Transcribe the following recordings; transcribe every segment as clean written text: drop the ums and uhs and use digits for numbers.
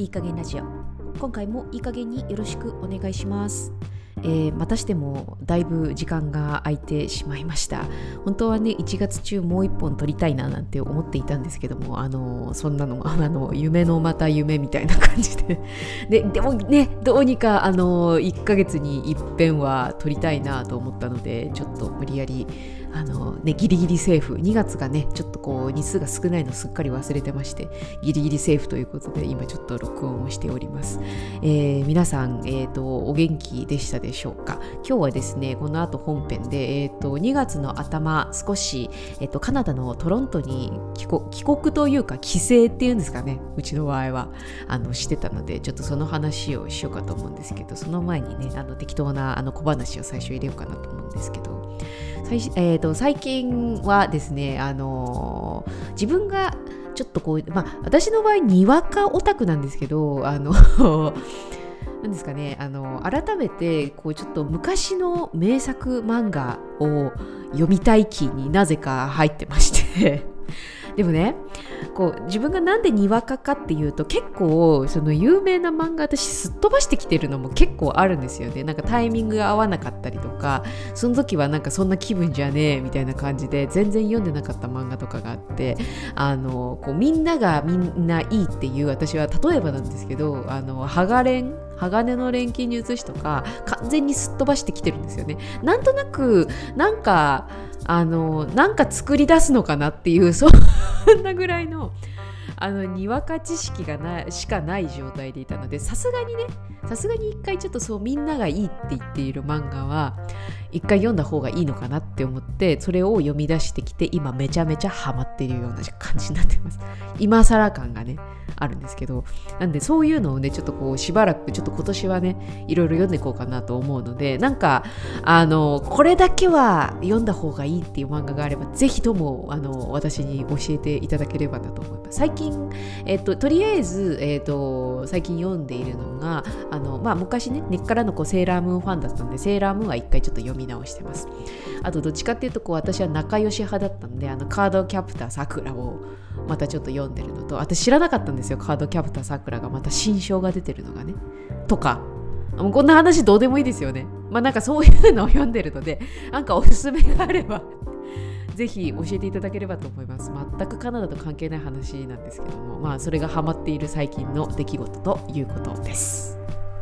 いい加減ラジオ。今回もいい加減によろしくお願いします。またしてもだいぶ時間が空いてしまいました。本当はね1月中もう一本撮りたいななんて思っていたんですけども、そんなの夢のまた夢みたいな感じででもね、どうにか1ヶ月に一遍は撮りたいなと思ったので、ちょっと無理やりギリギリセーフ、2月がねちょっとこう日数が少ないのすっかり忘れてまして、ギリギリセーフということで今ちょっと録音をしております。皆さん、お元気でしたでしょうか。今日はですねこの後本編で、2月の頭少し、カナダのトロントに帰国というか帰省っていうんですかね、うちの場合はしてたので、ちょっとその話をしようかと思うんですけど、その前にね適当な小話を最初入れようかなと思うんですけど、最近はですね、自分がちょっとこう、私の場合にわかオタクなんですけど、なんですかね、改めてこうちょっと昔の名作漫画を読みたい気になぜか入ってましてでもね、こう自分がなんでにわかかっていうと、結構その有名な漫画私すっ飛ばしてきてるのも結構あるんですよね。なんかタイミングが合わなかったりとか、その時はなんかそんな気分じゃねえみたいな感じで全然読んでなかった漫画とかがあって、こうみんながみんないいっていう、私は例えばなんですけど、鋼の錬金術師とか完全にすっ飛ばしてきてるんですよね。なんとなくなんか作り出すのかなっていう、そんなぐらいのにわか知識がしかない状態でいたので、さすがに一回ちょっとそうみんながいいって言っている漫画は一回読んだ方がいいのかなって思って、それを読み出してきて今めちゃめちゃハマっているような感じになってます。今更感がねあるんですけど、なんでそういうのをねちょっとこうしばらくちょっと今年はねいろいろ読んでいこうかなと思うので、なんかこれだけは読んだ方がいいっていう漫画があればぜひとも私に教えていただければなと思います。最近とりあえず最近読んでいるのが昔ね根っからのこうセーラームーンファンだったんで、セーラームーンは一回ちょっと読み直してます。あとどっちかっていうとこう私は仲良し派だったんで、カードキャプターさくらをまたちょっと読んでるのと、私知らなかったんですよ、カードキャプターさくらがまた新章が出てるのがねとか、もうこんな話どうでもいいですよね。なんかそういうのを読んでるので、なんかおすすめがあればぜひ教えていただければと思います。全くカナダと関係ない話なんですけども、それがハマっている最近の出来事ということです。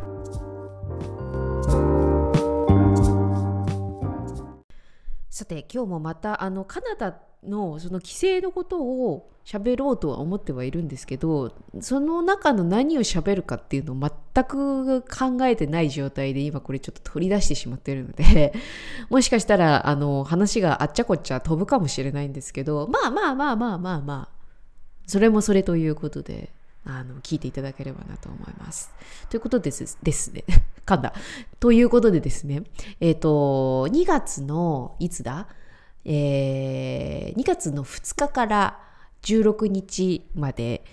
さて今日もまたカナダのその規制のことを喋ろうとは思ってはいるんですけど、その中の何を喋るかっていうのを全く考えてない状態で今これちょっと取り出してしまっているのでもしかしたら話があっちゃこっちゃ飛ぶかもしれないんですけど、それもそれということで聞いていただければなと思います。ということですね噛んだということでですね、2月のいつだ、2月の2日から16日まで、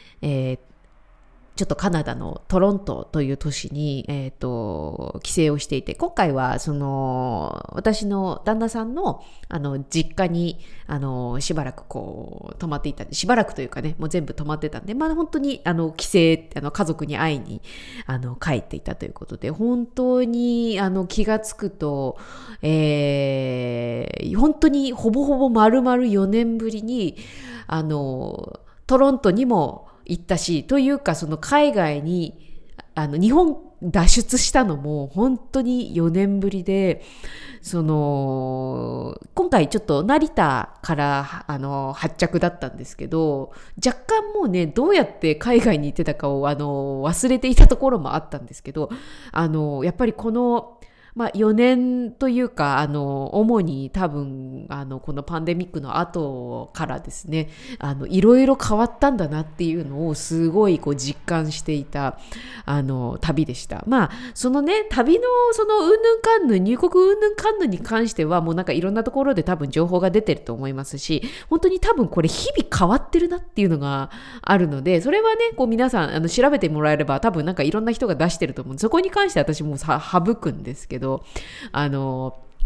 ちょっとカナダのトロントという都市に、帰省をしていて、今回はその私の旦那さんの実家にしばらくこう泊まっていた、しばらくというかねもう全部泊まってたんで、本当に帰省家族に会いに帰っていたということで、本当に気がつくと、本当にほぼほぼ丸々4年ぶりにトロントにも行ったし、というかその海外に日本脱出したのも本当に4年ぶりで、今回ちょっと成田から発着だったんですけど、若干もうねどうやって海外に行ってたかを忘れていたところもあったんですけど、やっぱりこの4年というか主に多分このパンデミックの後からですねいろいろ変わったんだなっていうのをすごいこう実感していた旅でした。そのね旅のそのうんぬんかんぬん、入国うんぬんかんぬんに関してはもうなんかいろんなところで多分情報が出てると思いますし、本当に多分これ日々変わってるなっていうのがあるので、それはねこう皆さん調べてもらえれば多分なんかいろんな人が出してると思うんで、そこに関して私も省くんですけど、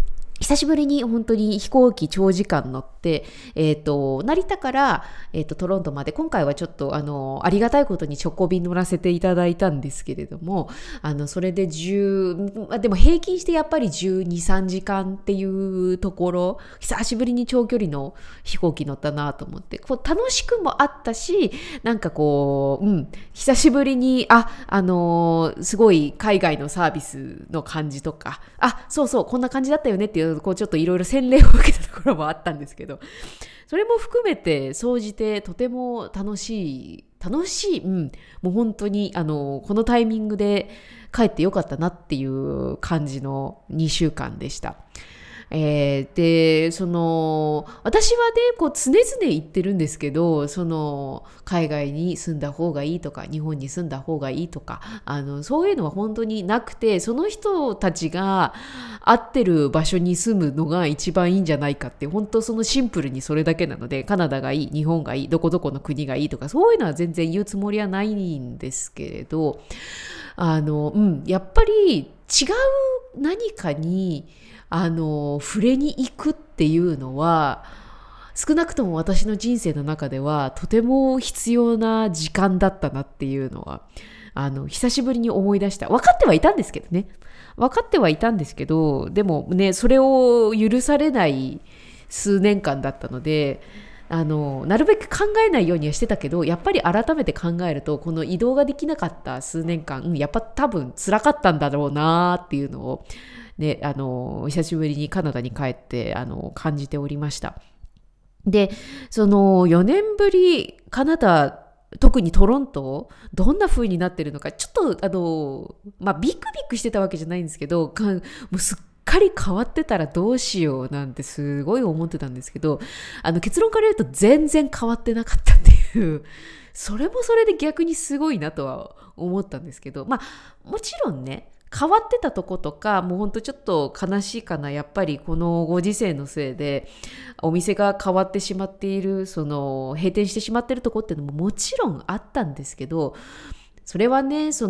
久しぶりに本当に飛行機長時間乗って、成田から、トロントまで、今回はちょっとありがたいことに直行便乗らせていただいたんですけれども、それででも平均してやっぱり12、3時間っていうところ、久しぶりに長距離の飛行機乗ったなと思って、こう楽しくもあったし、なんかこう、久しぶりに、すごい海外のサービスの感じとか、そうそう、こんな感じだったよねっていう、こうちょっといろいろ洗礼を受けたところもあったんですけど、それも含めて総じてとても楽しい、もう本当にこのタイミングで帰ってよかったなっていう感じの2週間でした。で私はねこう常々言ってるんですけど、海外に住んだ方がいいとか日本に住んだ方がいいとかそういうのは本当になくて、その人たちが合ってる場所に住むのが一番いいんじゃないかって、本当そのシンプルにそれだけなので、カナダがいい、日本がいい、どこどこの国がいいとかそういうのは全然言うつもりはないんですけれど、やっぱり違う何かに触れに行くっていうのは少なくとも私の人生の中ではとても必要な時間だったなっていうのは久しぶりに思い出した。分かってはいたんですけどね、でもねそれを許されない数年間だったのでなるべく考えないようにはしてたけど、やっぱり改めて考えるとこの移動ができなかった数年間、やっぱ多分辛かったんだろうなっていうのをね、久しぶりにカナダに帰って感じておりました。で、その4年ぶりカナダ、特にトロントどんな風になってるのか、ちょっとビクビクしてたわけじゃないんですけど、もうすっかり変わってたらどうしようなんてすごい思ってたんですけど、結論から言うと全然変わってなかったっていう、それもそれで逆にすごいなとは思ったんですけど、もちろんね変わってたとことか、もうほんとちょっと悲しいかな、やっぱりこのご時世のせいでお店が変わってしまっている、閉店してしまっているとこっていうのももちろんあったんですけど、それはねパ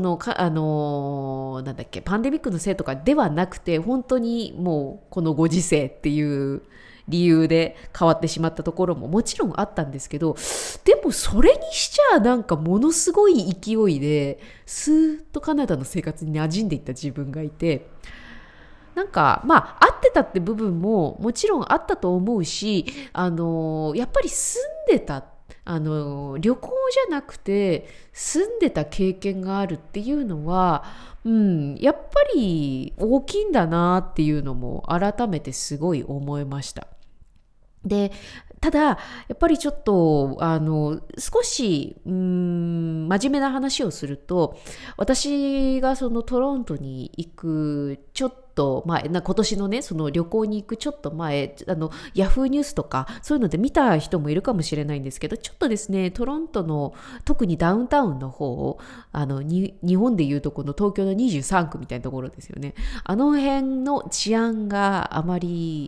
ンデミックのせいとかではなくて、本当にもうこのご時世っていう理由で変わってしまったところももちろんあったんですけど、でもそれにしちゃなんかものすごい勢いでスーッとカナダの生活に馴染んでいった自分がいて、なんか合ってたって部分ももちろんあったと思うし、やっぱり住んでた旅行じゃなくて住んでた経験があるっていうのは、やっぱり大きいんだなっていうのも改めてすごい思いました。で、ただやっぱりちょっと少し真面目な話をすると、私がそのトロントに行くちょっと前、今年のねその旅行に行くちょっと前、ヤフーニュースとかそういうので見た人もいるかもしれないんですけど、ちょっとですねトロントの特にダウンタウンの方、日本でいうとこの東京の23区みたいなところですよね。あの辺の治安があまり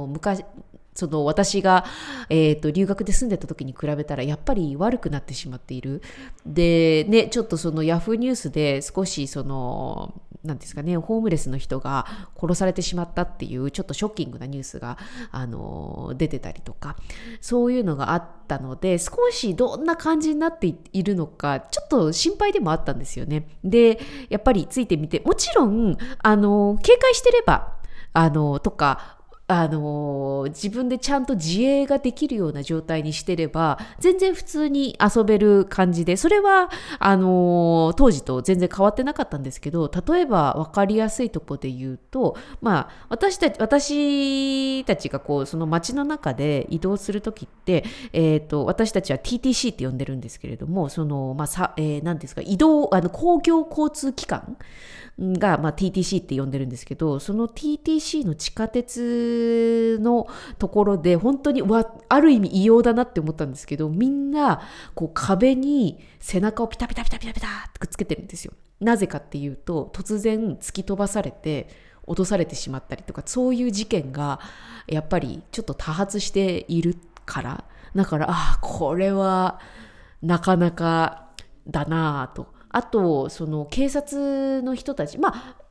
私が、留学で住んでた時に比べたらやっぱり悪くなってしまっている。でね、ちょっとそのヤフーニュースで少しなんですかね、ホームレスの人が殺されてしまったっていうちょっとショッキングなニュースが、出てたりとか、そういうのがあったので、少しどんな感じになっているのかちょっと心配でもあったんですよね。で、やっぱりついてみて、もちろん警戒してればとか自分でちゃんと自衛ができるような状態にしてれば全然普通に遊べる感じで、それは当時と全然変わってなかったんですけど、例えば分かりやすいところで言うと、私たちがこうその街の中で移動するときって、私たちは TTC って呼んでるんですけれども、何ですか、移動公共交通機関が、TTC って呼んでるんですけど、その TTC の地下鉄のところで本当にある意味異様だなって思ったんですけど、みんなこう壁に背中をピタピタピタピタピタってくっつけてるんですよ。なぜかっていうと、突然突き飛ばされて落とされてしまったりとか、そういう事件がやっぱりちょっと多発しているから、だからこれはなかなかだなぁと。あとその警察の人たち、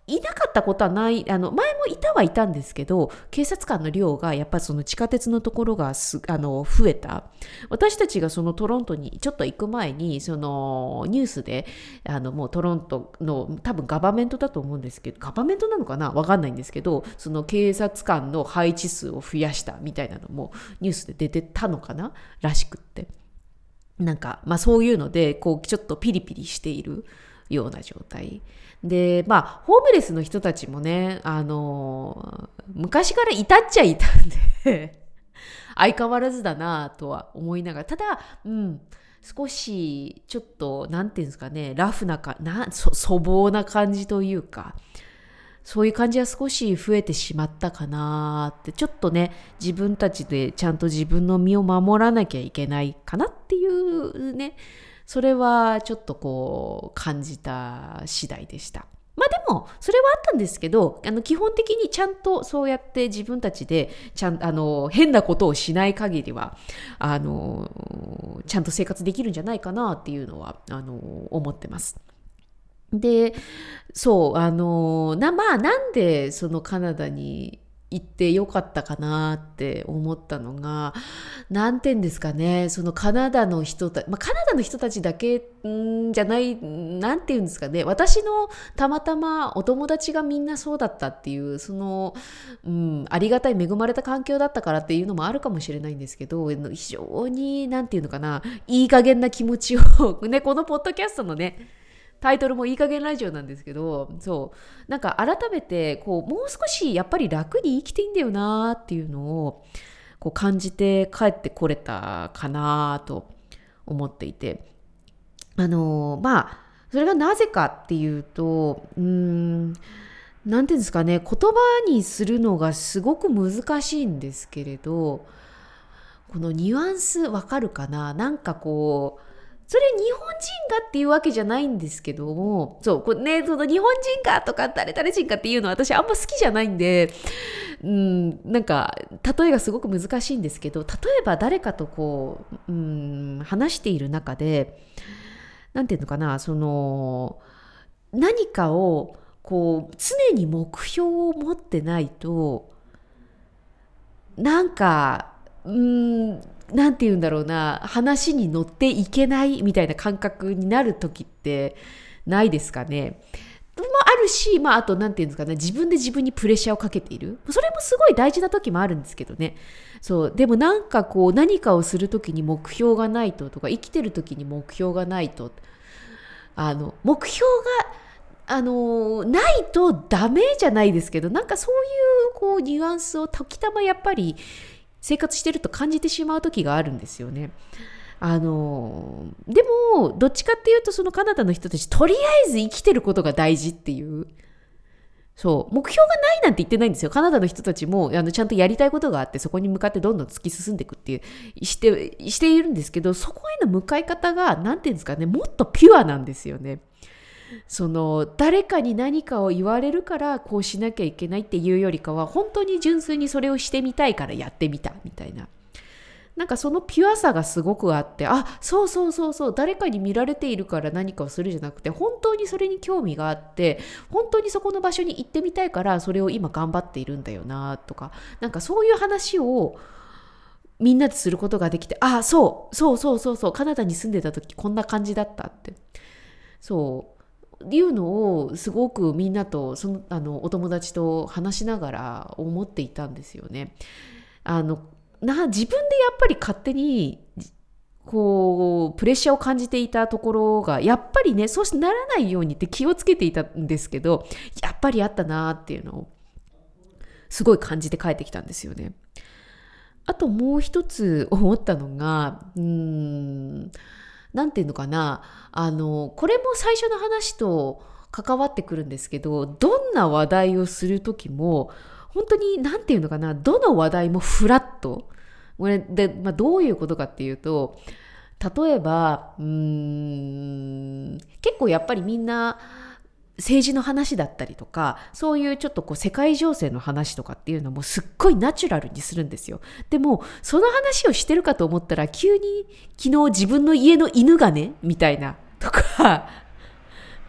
いなかったことはない、前もいたんですけど、警察官の量がやっぱりその地下鉄のところが増えた。私たちがそのトロントにちょっと行く前に、そのニュースで、もうトロントの多分ガバメントだと思うんですけど、ガバメントなのかなわかんないんですけど、その警察官の配置数を増やしたみたいなのもニュースで出てたのかならしくって。なんか、そういうので、こう、ちょっとピリピリしているような状態。で、ホームレスの人たちもね、昔からいたっちゃいたんで、相変わらずだなとは思いながら、ただ、少し、ちょっと、なんていうんですかね、ラフな粗暴な感じというか、そういう感じは少し増えてしまったかなって、ちょっとね、自分たちでちゃんと自分の身を守らなきゃいけないかなっていうね、それはちょっとこう感じた次第でした。でもそれはあったんですけど、基本的にちゃんとそうやって自分たちで変なことをしない限りはちゃんと生活できるんじゃないかなっていうのは思ってます。で、そうなんでそのカナダに行ってよかったかなって思ったのが、なんていうんですかね、そのカナダの人たち、カナダの人たちだけじゃない、なんていうんですかね、私のたまたまお友達がみんなそうだったっていう、その、ありがたい恵まれた環境だったからっていうのもあるかもしれないんですけど、非常に、なんていうのかな、いい加減な気持ちを、ね、このポッドキャストのね、タイトルもいい加減ラジオなんですけど、なんか改めてこうもう少しやっぱり楽に生きていいんだよなっていうのをこう感じて帰ってこれたかなと思っていて、それがなぜかっていうと、なんていうんですかね、言葉にするのがすごく難しいんですけれど、このニュアンスわかるかな、なんかこうそれ日本人がっていうわけじゃないんですけども、その日本人がとか誰々人かっていうのは私あんま好きじゃないんで、なんか例えがすごく難しいんですけど、例えば誰かとこう、話している中で、なんていうのかな、その何かをこう常に目標を持ってないと、なんかなんて言うんだろうな、話に乗っていけないみたいな感覚になる時ってないですかね。あるし、あとなんていうんですかね、自分で自分にプレッシャーをかけている。それもすごい大事な時もあるんですけどね。でもなんかこう何かをする時に目標がないとか、生きてる時に目標がないと、目標がないとダメじゃないですけど、なんかそういうこうニュアンスを時たまやっぱり生活してると感じてしまう時があるんですよね。でもどっちかっていうと、そのカナダの人たちとりあえず生きてることが大事っていう、目標がないなんて言ってないんですよ。カナダの人たちもちゃんとやりたいことがあって、そこに向かってどんどん突き進んでいくっていうしているんですけど、そこへの向かい方がなんていうんですかね、もっとピュアなんですよね。誰かに何かを言われるからこうしなきゃいけないっていうよりかは、本当に純粋にそれをしてみたいからやってみたみたいな、なんかそのピュアさがすごくあって、そう誰かに見られているから何かをするじゃなくて、本当にそれに興味があって、本当にそこの場所に行ってみたいからそれを今頑張っているんだよなとか、なんかそういう話をみんなですることができて、そうカナダに住んでた時こんな感じだったっていうのをすごくみんなとお友達と話しながら思っていたんですよね。自分でやっぱり勝手にこうプレッシャーを感じていたところが、やっぱりね、そうならないようにって気をつけていたんですけど、やっぱりあったなっていうのをすごい感じて帰ってきたんですよね。あともう一つ思ったのが、なんていうのかな、これも最初の話と関わってくるんですけど、どんな話題をするときも本当になんていうのかな、どの話題もフラット。これで、どういうことかっていうと、例えば結構やっぱりみんな政治の話だったりとか、そういうちょっとこう世界情勢の話とかっていうのもすっごいナチュラルにするんですよ。でもその話をしてるかと思ったら、急に昨日自分の家の犬がねみたいなとか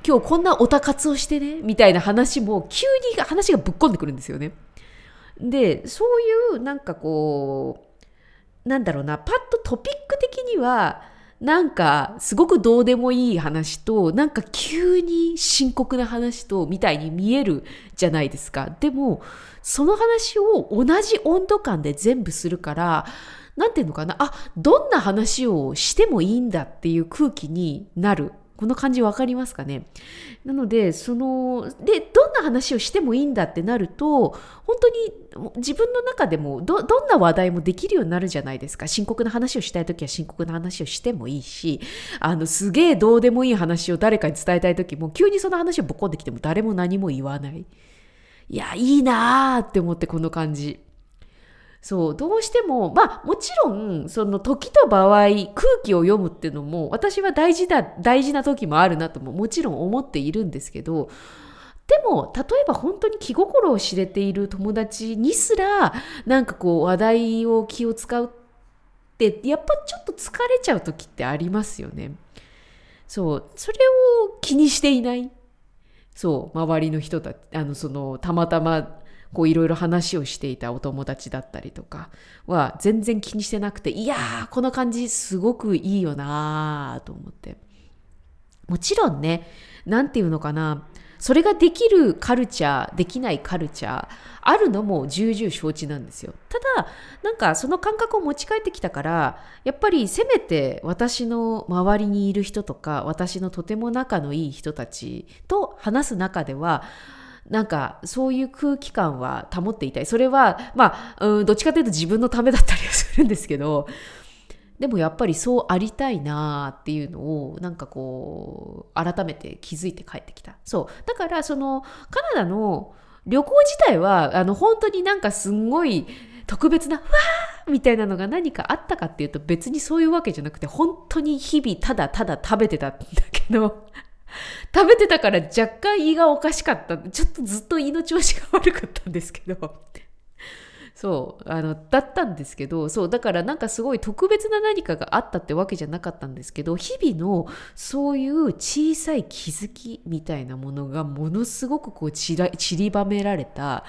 今日こんなオタ活をしてねみたいな話も急に話がぶっこんでくるんですよね。でそういうなんかこうなんだろうな、パッとトピック的にはなんかすごくどうでもいい話となんか急に深刻な話とみたいに見えるじゃないですか。でもその話を同じ温度感で全部するから、なんていうのかな、どんな話をしてもいいんだっていう空気になる。この感じわかりますかね。なのでどんな話をしてもいいんだってなると、本当に自分の中でもどんな話題もできるようになるじゃないですか。深刻な話をしたいときは深刻な話をしてもいいし、すげえどうでもいい話を誰かに伝えたいときも急にその話をぶっこんできても誰も何も言わない。いや、いいなーって思って、この感じ。そう、どうしてももちろんその時と場合空気を読むっていうのも私は大事な時もあるなともちろん思っているんですけど、でも例えば本当に気心を知れている友達にすらなんかこう話題を気を使うってやっぱちょっと疲れちゃう時ってありますよね。そう、それを気にしていない、そう周りの人たち、たまたまこういろいろ話をしていたお友達だったりとかは全然気にしてなくて、いやーこの感じすごくいいよなーと思って。もちろんね、なんていうのかな、それができるカルチャー、できないカルチャーあるのも重々承知なんですよ。ただなんかその感覚を持ち帰ってきたから、やっぱりせめて私の周りにいる人とか私のとても仲のいい人たちと話す中ではなんかそういう空気感は保っていたい。それはどっちかというと自分のためだったりはするんですけど、でもやっぱりそうありたいなっていうのをなんかこう改めて気づいて帰ってきた。そうだからそのカナダの旅行自体は本当になんかすんごい特別なわーみたいなのが何かあったかっていうと別にそういうわけじゃなくて、本当に日々ただただ食べてたんだけど食べてたから若干胃がおかしかった。ちょっとずっと胃の調子が悪かったんですけどそうだったんですけど、そうだからなんかすごい特別な何かがあったってわけじゃなかったんですけど、日々のそういう小さい気づきみたいなものがものすごくこう散りばめられた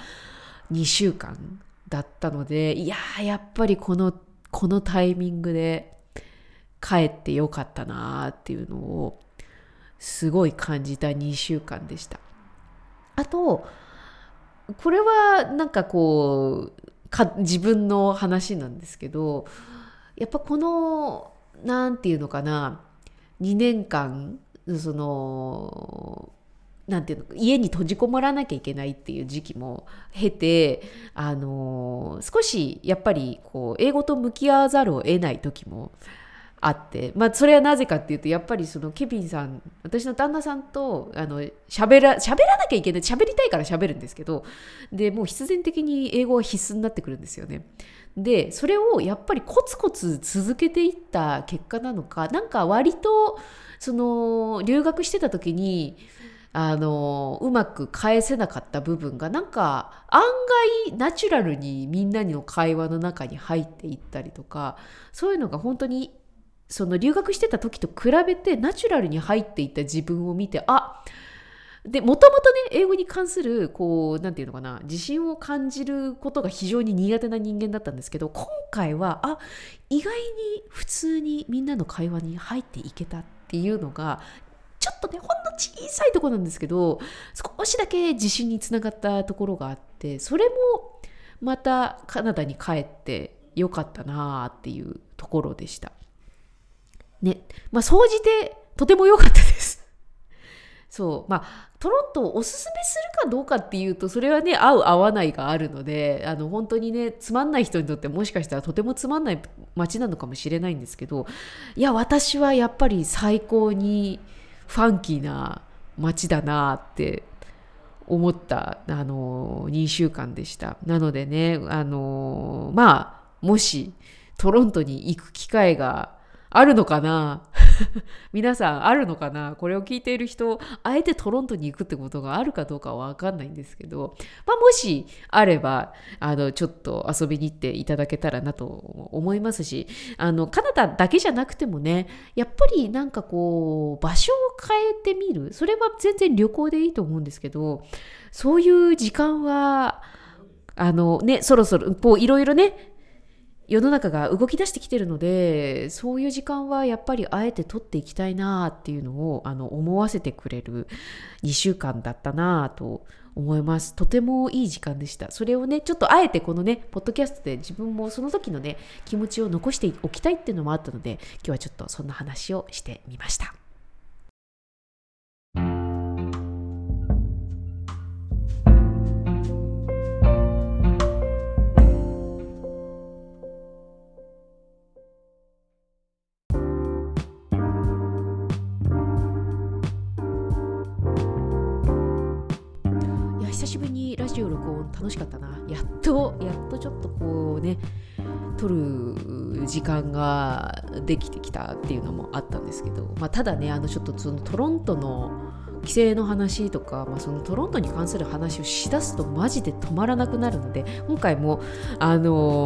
2週間だったので、いやーやっぱりこのタイミングで帰ってよかったなーっていうのをすごい感じた2週間でした。あとこれはなんかこう自分の話なんですけど、やっぱこのなんていうのかな、2年間なんていうの、家に閉じこもらなきゃいけないっていう時期も経て、少しやっぱりこう英語と向き合わざるを得ない時もあって、それはなぜかっていうと、やっぱりそのケビンさん、私の旦那さんと喋らなきゃいけない、喋りたいから喋るんですけど、でもう必然的に英語は必須になってくるんですよね。でそれをやっぱりコツコツ続けていった結果なのか、なんか割とその留学してた時にうまく返せなかった部分がなんか案外ナチュラルにみんなの会話の中に入っていったりとか、そういうのが本当にその留学してた時と比べてナチュラルに入っていった自分を見て、でもともとね英語に関するこうなんていうのかな、自信を感じることが非常に苦手な人間だったんですけど、今回は意外に普通にみんなの会話に入っていけたっていうのがちょっとねほんの小さいところなんですけど、少しだけ自信につながったところがあって、それもまたカナダに帰ってよかったなっていうところでしたね。総じてとても良かったです。そう、トロントをおすすめするかどうかっていうと、それはね合う合わないがあるので、本当にねつまんない人にとってもしかしたらとてもつまんない街なのかもしれないんですけど、いや私はやっぱり最高にファンキーな街だなって思った2週間でした。なのでねもしトロントに行く機会があるのかな皆さんあるのかな？これを聞いている人、あえてトロントに行くってことがあるかどうかはわかんないんですけど、もしあれば、ちょっと遊びに行っていただけたらなと思いますし、カナダだけじゃなくてもね、やっぱりなんかこう、場所を変えてみる。それは全然旅行でいいと思うんですけど、そういう時間は、そろそろ、こう、いろいろね、世の中が動き出してきてるので、そういう時間はやっぱりあえて取っていきたいなっていうのを思わせてくれる2週間だったなと思います。とてもいい時間でした。それをね、ちょっとあえてこのねポッドキャストで自分もその時のね気持ちを残しておきたいっていうのもあったので、今日はちょっとそんな話をしてみました。久しぶりにラジオ録音楽しかったな。やっとちょっとこうね撮る時間ができてきたっていうのもあったんですけど、ただねちょっとそのトロントの規制の話とか、そのトロントに関する話をしだすとマジで止まらなくなるので、今回もあ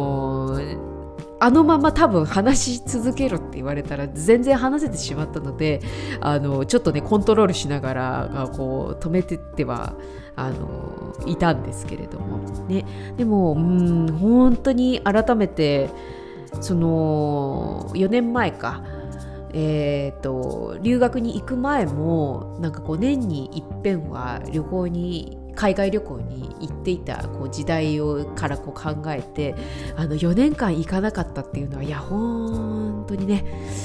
のまま多分話し続けろって言われたら全然話せてしまったので、ちょっとねコントロールしながらこう止めてってはいたんですけれどもね。でも本当に改めてその4年前か留学に行く前もなんかこう年に一遍は海外旅行に行っていたこう時代からこう考えて4年間行かなかったっていうのは、いや本当にね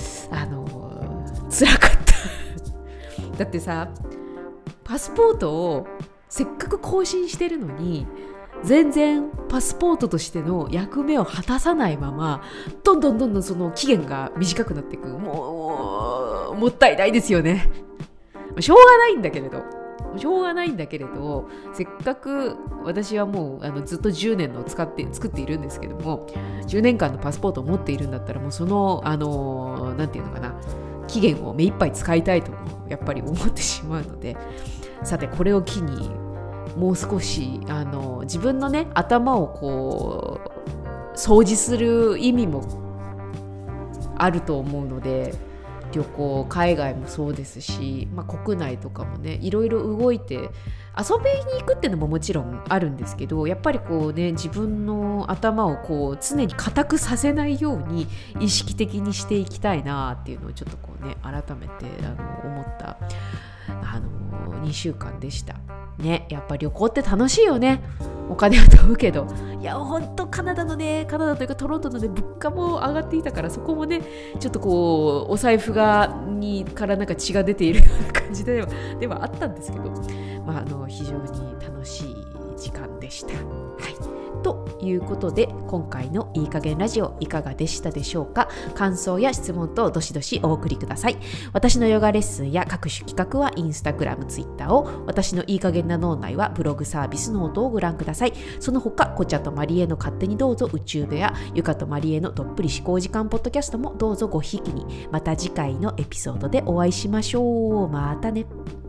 辛かっただってさ、パスポートをせっかく更新してるのに全然パスポートとしての役目を果たさないままどんどんその期限が短くなっていく。もったいないですよね。しょうがないんだけれどせっかく私はもうずっと10年の作っているんですけども、10年間のパスポートを持っているんだったらもうそのなんていうのかな、期限を目いっぱい使いたいとやっぱり思ってしまうので、さてこれを機にもう少し自分のね頭をこう掃除する意味もあると思うので、旅行海外もそうですし、国内とかもねいろいろ動いて遊びに行くっていうのももちろんあるんですけど、やっぱりこうね自分の頭をこう常に固くさせないように意識的にしていきたいなっていうのをちょっとこうね改めて思った2週間でしたね。やっぱ旅行って楽しいよね。お金は飛ぶけど、いや本当カナダというかトロントのね物価も上がっていたから、そこもねちょっとこうお財布からなんか血が出ているような感じではあったんですけど、非常に楽しい時間でした。ということで今回のいい加減ラジオいかがでしたでしょうか。感想や質問等どしどしお送りください。私のヨガレッスンや各種企画はインスタグラム、ツイッターを、私のいい加減な脳内はブログサービスノートをご覧ください。その他コチャとマリエの勝手にどうぞ宇宙部やゆかとマリエのどっぷり思考時間ポッドキャストもどうぞごひいきに。また次回のエピソードでお会いしましょう。またね。